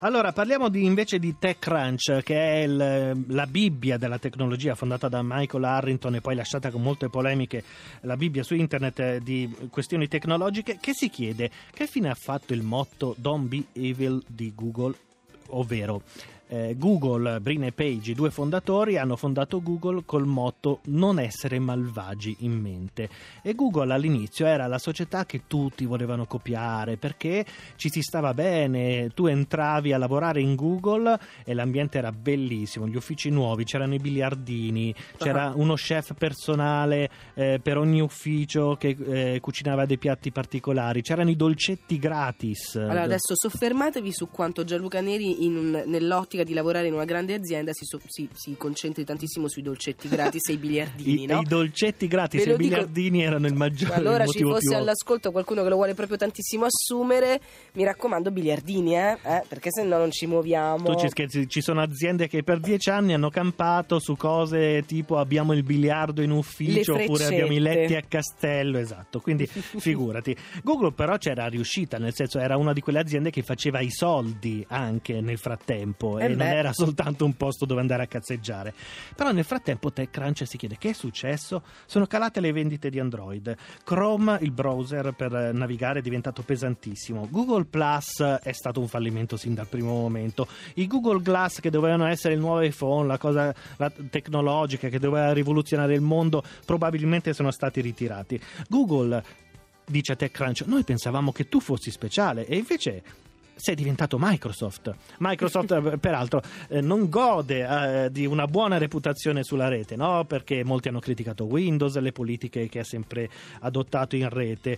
Allora, parliamo invece di TechCrunch, che è la Bibbia della tecnologia, fondata da Michael Harrington e poi lasciata con molte polemiche, la Bibbia su internet di questioni tecnologiche, che si chiede che fine ha fatto il motto Don't be evil di Google, ovvero Google, Brin e Page, i due fondatori, hanno fondato Google col motto non essere malvagi in mente. E Google all'inizio era la società che tutti volevano copiare perché ci si stava bene, tu entravi a lavorare in Google e l'ambiente era bellissimo, gli uffici nuovi, c'erano i biliardini, c'era uno chef personale per ogni ufficio che cucinava dei piatti particolari, c'erano i dolcetti gratis. Allora adesso soffermatevi su quanto Gianluca Neri nell'ottica di lavorare in una grande azienda si concentri tantissimo sui dolcetti gratis e i biliardini, no? I dolcetti gratis e i biliardini erano il maggiore motivo. Allora ci fosse all'ascolto qualcuno che lo vuole proprio tantissimo assumere, mi raccomando biliardini, perché se no non ci muoviamo. Tu ci scherzi, ci sono aziende che per 10 anni hanno campato su cose tipo abbiamo il biliardo in ufficio oppure abbiamo i letti a castello, esatto, quindi figurati. Google però c'era riuscita, nel senso era una di quelle aziende che faceva i soldi anche nel frattempo e non era soltanto un posto dove andare a cazzeggiare. Però nel frattempo TechCrunch si chiede che è successo. Sono calate le vendite di Android, Chrome, il browser per navigare, è diventato pesantissimo, Google Plus è stato un fallimento sin dal primo momento, i Google Glass che dovevano essere il nuovo iPhone, la tecnologica che doveva rivoluzionare il mondo, probabilmente sono stati ritirati. Google, dice TechCrunch, noi pensavamo che tu fossi speciale e invece sei diventato Microsoft. Microsoft peraltro non gode di una buona reputazione sulla rete, no? Perché molti hanno criticato Windows, le politiche che ha sempre adottato in rete.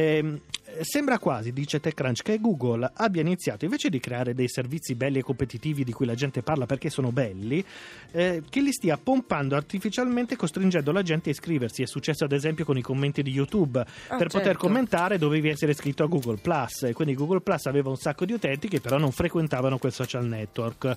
Sembra quasi, dice TechCrunch, che Google abbia iniziato, invece di creare dei servizi belli e competitivi di cui la gente parla perché sono belli, che li stia pompando artificialmente, costringendo la gente a iscriversi. È successo ad esempio con i commenti di YouTube. Per poter commentare dovevi essere iscritto a Google Plus, e quindi Google Plus aveva un sacco di utenti che però non frequentavano quel social network.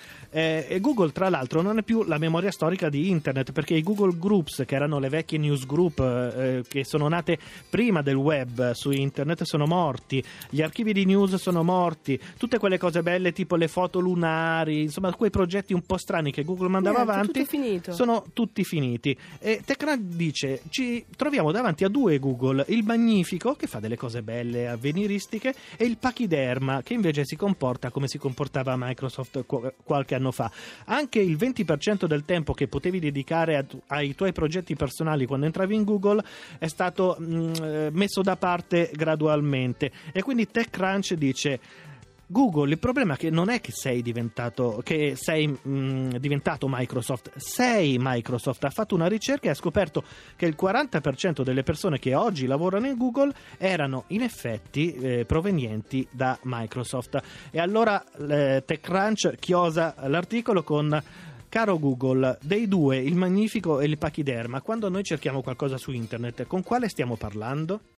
E Google tra l'altro non è più la memoria storica di internet, perché i Google Groups, che erano le vecchie news group che sono nate prima del web su internet, sono morti, gli archivi di news sono morti, tutte quelle cose belle tipo le foto lunari, insomma quei progetti un po' strani che Google mandava avanti sono tutti finiti. E TechCrunch dice ci troviamo davanti a due Google, il magnifico che fa delle cose belle avveniristiche e il pachiderma che invece si comporta come si comportava Microsoft qualche anno fa. Anche il 20% del tempo che potevi dedicare ai tuoi progetti personali quando entravi in Google è stato messo da parte gradualmente, e quindi TechCrunch dice Google, il problema è che non è che sei diventato Microsoft, sei Microsoft. Ha fatto una ricerca e ha scoperto che il 40% delle persone che oggi lavorano in Google erano in effetti provenienti da Microsoft. E allora TechCrunch chiosa l'articolo con: caro Google, dei due, il magnifico e il pachiderma, quando noi cerchiamo qualcosa su internet, con quale stiamo parlando?